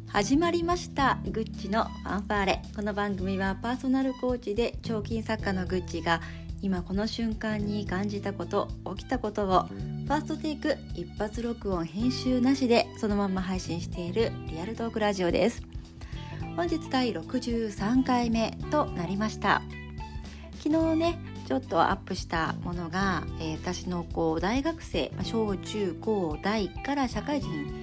始まりましたグッチのファンファーレ。この番組はパーソナルコーチで彫金作家のグッチが今この瞬間に感じたこと、起きたことをファーストテイク、一発録音、編集なしでそのまま配信しているリアルトークラジオです。本日第63回目となりました。昨日ねちょっとアップしたものが、私の大学生、小中高大から社会人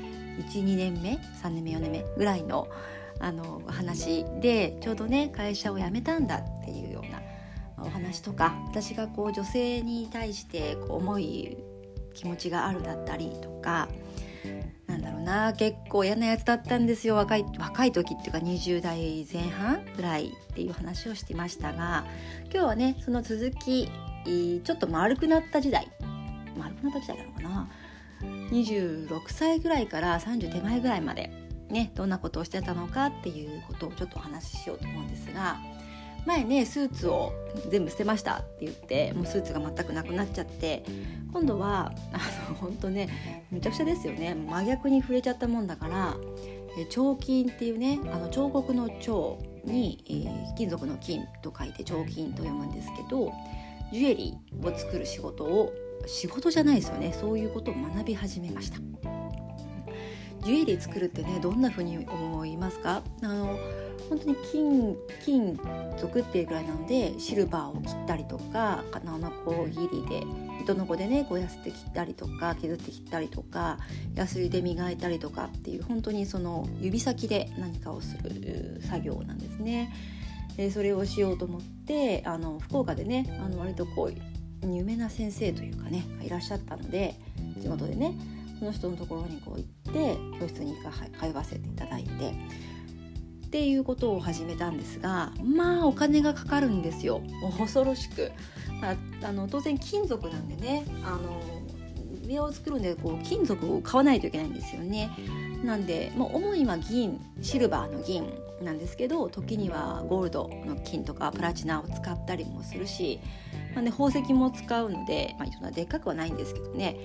1、2年目、3年目、4年目ぐらいの話で、ちょうどね会社を辞めたんだっていうようなお話とか、私が女性に対して重い気持ちがあるだったりとか、結構嫌なやつだったんですよ。若い時っていうか20代前半ぐらいっていう話をしてましたが、今日はねその続き、ちょっと丸くなった時代なのかな、26歳ぐらいから30手前ぐらいまでね、どんなことをしてたのかっていうことをちょっとお話ししようと思うんですが、前ねスーツを全部捨てましたって言って、もうスーツが全くなくなっちゃって、今度は本当ねめちゃくちゃですよね。真逆に触れちゃったもんだから、彫金っていうね、彫刻の彫に、金属の金と書いて彫金と読むんですけど、ジュエリーを作る仕事じゃないですよね、そういうことを学び始めました。ジュエリー作るってね、どんな風に思いますか？本当に金属っていうぐらいなので、シルバーを切ったりとか、金の切りで糸のこでねやすって切ったりとか、削って切ったりとか、ヤスリで磨いたりとかっていう、本当にその指先で何かをする作業なんですね。でそれをしようと思って、福岡でね割と有名な先生というかねいらっしゃったので、地元でねその人のところに行って教室に通わせていただいてっていうことを始めたんですが、お金がかかるんですよ。恐ろしく。当然金属なんでね、上を作るんで金属を買わないといけないんですよね。なんで主には銀、シルバーの銀なんですけど、時にはゴールドの金とかプラチナを使ったりもするし、宝石も使うので、そんなでっかくはないんですけどね、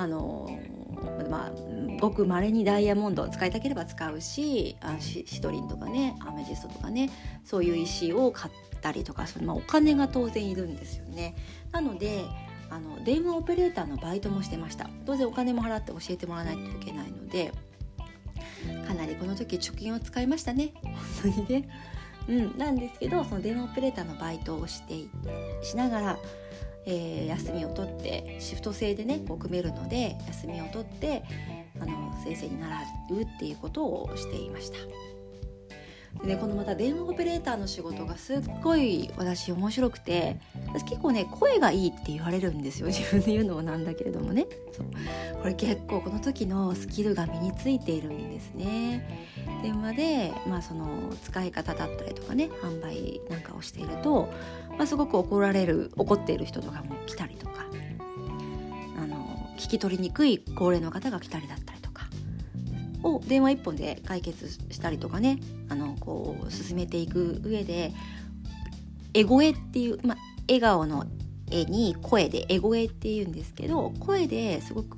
ごく稀にダイヤモンドを使いたければ使うし、シトリンとかね、アメジストとかね、そういう石を買ったりとか、お金が当然いるんですよね。なので電話オペレーターのバイトもしてました。当然お金も払って教えてもらわないといけないので、かなりこの時貯金を使いましたね、本当にね。なんですけど、その電話オペレーターのバイトをしながら、休みを取って、シフト制でね組めるので休みを取って先生に習うっていうことをしていました。でこのまた電話オペレーターの仕事がすっごい私面白くて、私結構ね声がいいって言われるんですよ。自分で言うのもなんだけれどもね、これ結構この時のスキルが身についているんですね。電話で、その使い方だったりとかね、販売なんかをしていると、すごく怒っている人とかも来たりとか、聞き取りにくい高齢の方が来たりだったりとかを電話一本で解決したりとかね、進めていく上で、エゴエっていう、笑顔の絵に声でエゴエっていうんですけど、声ですごく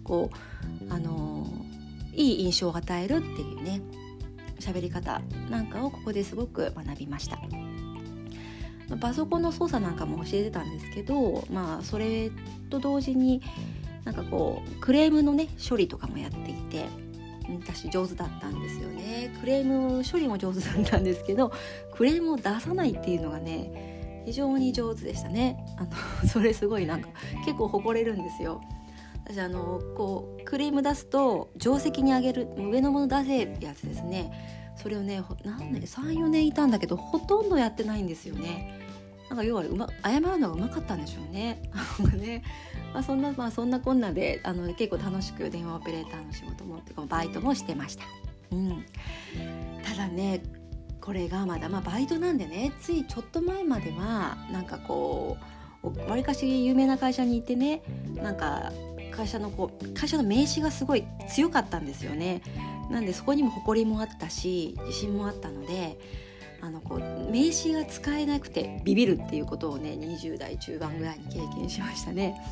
いい印象を与えるっていうね喋り方なんかをここですごく学びました。パソコンの操作なんかも教えてたんですけど、それと同時にクレームのね処理とかもやっていて、私上手だったんですよね。クレーム処理も上手だったんですけど、クレームを出さないっていうのがね非常に上手でしたね。それすごい結構誇れるんですよ。私クレーム出すと定石にあげる、上のもの出せやつですね。それをね3、4年いたんだけどほとんどやってないんですよね。要は謝るのがうまかったんでしょうね。そんなこんなで結構楽しく電話オペレーターの仕事もバイトもしてました。ただねこれがまだバイトなんでね、ついちょっと前まではわりかし有名な会社にいてね、会社の名刺がすごい強かったんですよね。なんでそこにも誇りもあったし自信もあったので、名刺が使えなくてビビるっていうことをね20代中盤ぐらいに経験しましたね。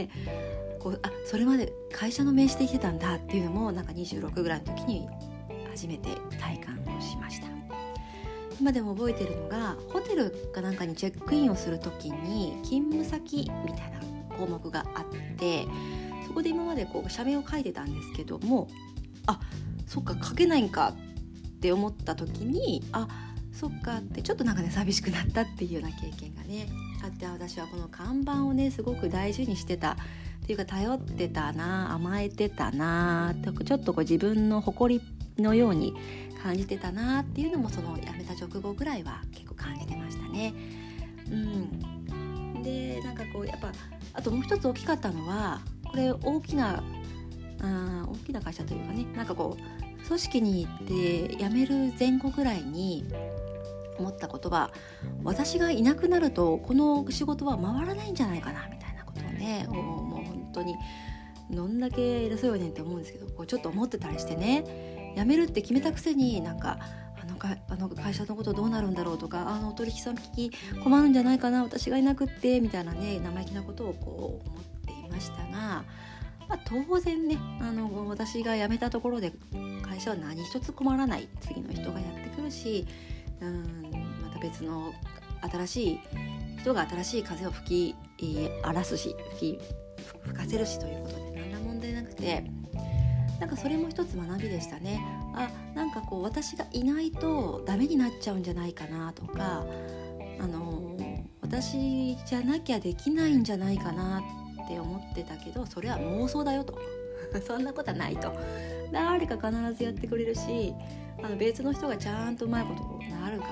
それまで会社の名刺で来てたんだっていうのも26ぐらいの時に初めて体感をしました。今でも覚えてるのが、ホテルかなんかにチェックインをするときに勤務先みたいな項目があって、そこで今まで社名を書いてたんですけども、そっか書けないんかって思ったときに、そっかってちょっと寂しくなったっていうような経験がねあって、私はこの看板をねすごく大事にしてたっていうか、頼ってたな、甘えてたな、ちょっと自分の誇りのように感じてたなっていうのも、その辞めた直後ぐらいは結構感じてましたね。でやっぱあともう一つ大きかったのは、これ大きな会社というかね、組織に行って辞める前後ぐらいに思ったことは、私がいなくなるとこの仕事は回らないんじゃないかなみたいなことをね、もう本当にどんだけ偉そうよねんって思うんですけど、ちょっと思ってたりしてね、辞めるって決めたくせにあの会社のことどうなるんだろうとか、お取引先困るんじゃないかな、私がいなくってみたいなね、生意気なことを思っていましたが、当然ね、私が辞めたところで会社は何一つ困らない。次の人がやってくるし、また別の新しい人が新しい風を吹かせるしということで、何ら問題なくて、それも一つ学びでしたね。私がいないとダメになっちゃうんじゃないかなとか、私じゃなきゃできないんじゃないかなって思ってたけど、それは妄想だよとそんなことはないと、誰か必ずやってくれるし、別の人がちゃんとうまいことなるから、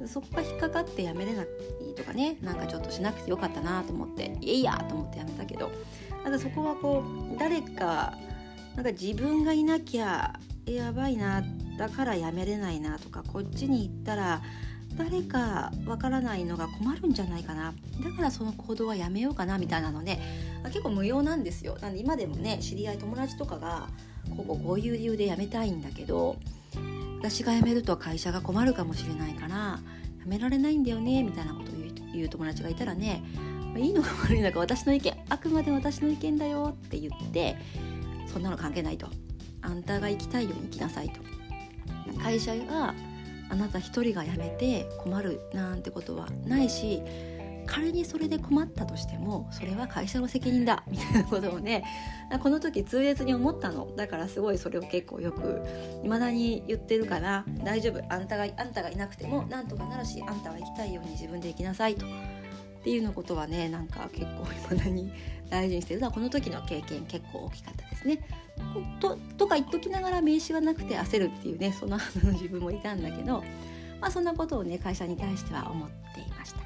そこが引っかかってやめれないとかね、ちょっとしなくてよかったなと思って、いやと思ってやめたけど、そこは誰か自分がいなきゃやばいな、だからやめれないなとか、こっちに行ったら誰かわからないのが困るんじゃないかな、だからその行動はやめようかなみたいなのね、結構無用なんですよ。なんで今でもね、知り合い友達とかがこういう理由で辞めたいんだけど、私が辞めると会社が困るかもしれないから辞められないんだよねみたいなことを言う友達がいたらね、いいのか悪いのか私の意見、あくまで私の意見だよって言って、そんなの関係ないと、あんたが行きたいように行きなさいと、会社があなた一人が辞めて困るなんてことはないし、仮にそれで困ったとしてもそれは会社の責任だみたいなことをね、この時痛烈に思ったの。だからすごいそれを結構よく未だに言ってるかな。大丈夫、あんたがいなくてもなんとかなるし、あんたは行きたいように自分で行きなさいとっていうのことはね、結構未だに大事にしてる。この時の経験結構大きかったですね。とか言っときながら名刺がなくて焦るっていうね、その自分もいたんだけど、そんなことをね会社に対しては思っていました。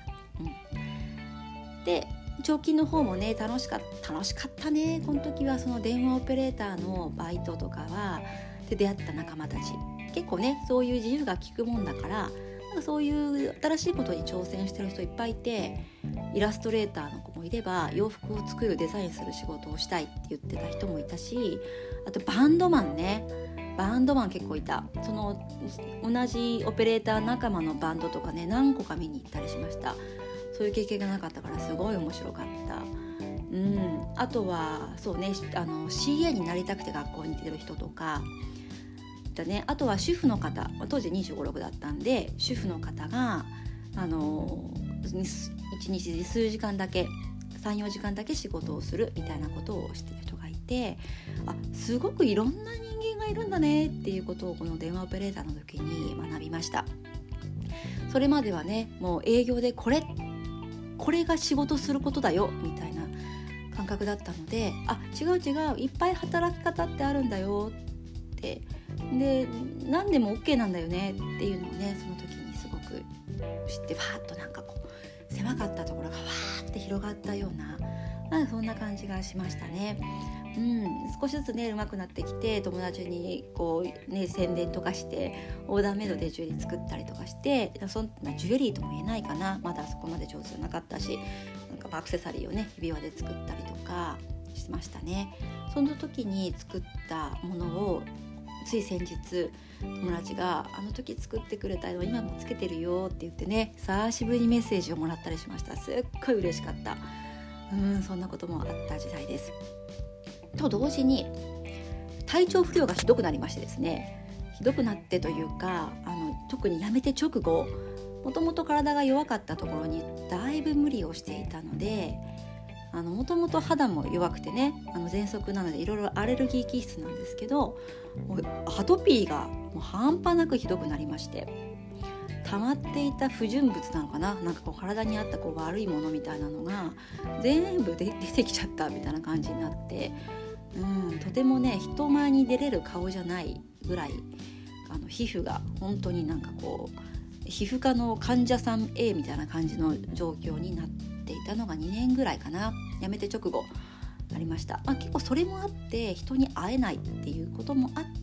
で、長期の方もね楽しかったね。この時はその電話オペレーターのバイトとかで出会った仲間たち、結構ねそういう自由が利くもんだから、そういう新しいことに挑戦してる人いっぱいいて、イラストレーターの子もいれば、洋服を作るデザインする仕事をしたいって言ってた人もいたし、あとバンドマン結構いた。その同じオペレーター仲間のバンドとかね、何個か見に行ったりしました。そういう経験がなかったからすごい面白かった。あとはそうね、CA になりたくて学校に行ってる人とかだね。あとは主婦の方、当時25、6だったんで、主婦の方が1日で数時間だけ、3、4時間だけ仕事をするみたいなことをしている人がいて、すごくいろんな人間がいるんだねっていうことをこの電話オペレーターの時に学びました。それまではね、もう営業でこれが仕事することだよみたいな感覚だったので、違ういっぱい働き方ってあるんだよって、で何でも OK なんだよねっていうのをね、その時にすごく知って、ファーッと狭かったところがわーって広がったような、そんな感じがしましたね。少しずつね上手くなってきて、友達に宣伝とかしてオーダーメイドでジュエリー作ったりとかして、そんなジュエリーとも言えないかな、まだそこまで上手じゃなかったし、アクセサリーをね指輪で作ったりとかしましたね。その時に作ったものをつい先日友達があの時作ってくれたの今もつけてるよって言ってね、久しぶりにメッセージをもらったりしました。すっごい嬉しかった。そんなこともあった時代です。と同時に体調不良がひどくなりましてですね、 ひどくなってというか、特に辞めて直後、もともと体が弱かったところにだいぶ無理をしていたので、もともと肌も弱くてね、喘息なのでいろいろアレルギー気質なんですけど、もうアトピーがもう半端なくひどくなりまして、溜まっていた不純物なのかな、なんかこう体にあったこう悪いものみたいなのが全部出てきちゃったみたいな感じになって、とてもね人前に出れる顔じゃないぐらい皮膚が本当になんかこう皮膚科の患者さん A みたいな感じの状況になっていたのが2年ぐらいかな、辞めて直後ありました。結構それもあって人に会えないっていうこともあって、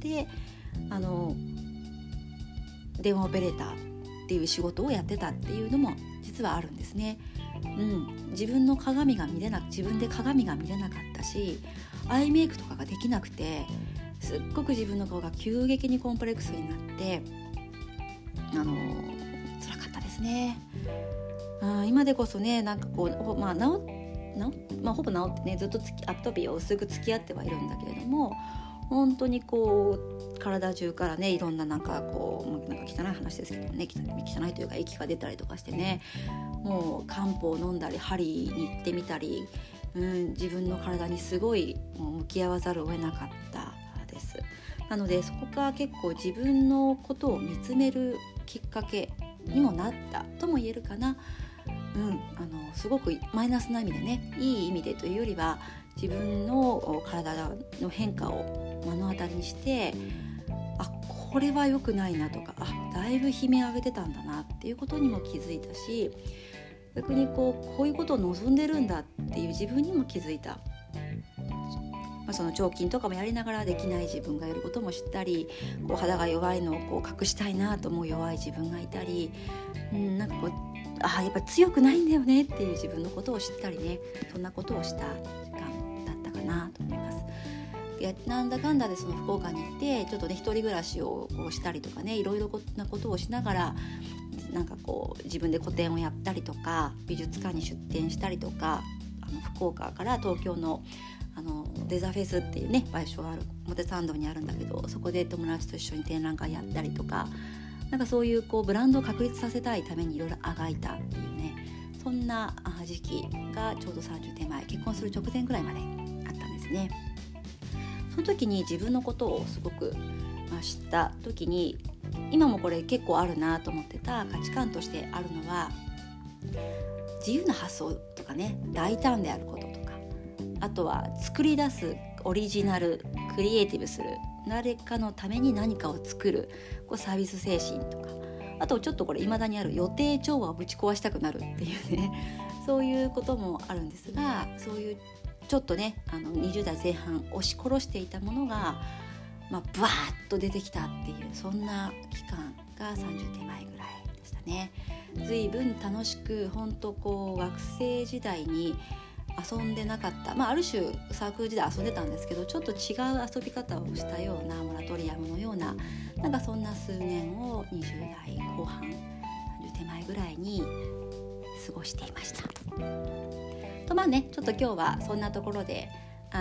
電話オペレーターっていう仕事をやってたっていうのも実はあるんですね。自分で鏡が見れなかったし、アイメイクとかができなくて、すっごく自分の顔が急激にコンプレックスになって辛かったですね。今でこそね、なんかこうほぼ治ってね、ずっとアトピーを薄く付き合ってはいるんだけれども、本当にこう体中からねいろんななんかこうなんか汚い話ですけどね、汚いというか液が出たりとかしてね、もう漢方を飲んだり針に行ってみたり、自分の体にすごいもう向き合わざるを得なかったです。なのでそこが結構自分のことを見つめるきっかけにもなったとも言えるかな。すごくマイナスな意味でね、いい意味でというよりは、自分の体の変化を目の当たりにして、これは良くないなとか、だいぶ悲鳴上げてたんだなっていうことにも気づいたし、逆にこういうことを望んでるんだっていう自分にも気づいた。その腸筋とかもやりながらできない自分がいることも知ったり、こう肌が弱いのをこう隠したいなと思う弱い自分がいたり、なんかこうやっぱり強くないんだよねっていう自分のことを知ったりね、そんなことをした時間だったかなと思います。なんだかんだでその福岡に行ってちょっとね一人暮らしをこうしたりとかね、いろいろなことをしながら、なんかこう自分で個展をやったりとか、美術館に出展したりとか、福岡から東京のデザフェスっていうね場所がある表参道にあるんだけど、そこで友達と一緒に展覧会やったりとか、なんかそういうこうブランドを確立させたいためにいろいろあがいたっていうね、そんな時期がちょうど30手前、結婚する直前ぐらいまであったんですね。その時に自分のことをすごく知った時に、今もこれ結構あるなと思ってた価値観としてあるのは、自由な発想とかね、大胆であることとか、あとは作り出す、オリジナル、クリエイティブする、誰かのために何かを作る、サービス精神とか、あとちょっとこれ未だにある予定調和をぶち壊したくなるっていうね、そういうこともあるんですが、そういうちょっとね20代前半押し殺していたものが、ブワーッと出てきたっていう、そんな期間が30手前ぐらいでしたね。随分楽しく、本当こう学生時代に遊んでなかった、ある種サークル時代遊んでたんですけど、ちょっと違う遊び方をしたような、モラトリアムのような、なんかそんな数年を20代後半30手前ぐらいに過ごしていましたと。ちょっと今日はそんなところで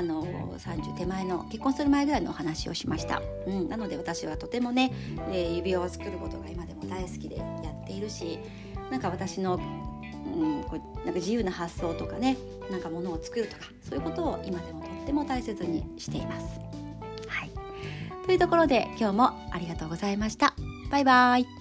30手前の結婚する前ぐらいのお話をしました。なので私はとてもね、指輪を作ることが今でも大好きでやっているし、なんか私のなんか自由な発想とかね、なんか物を作るとか、そういうことを今でもとっても大切にしています。というところで今日もありがとうございました。バイバイ。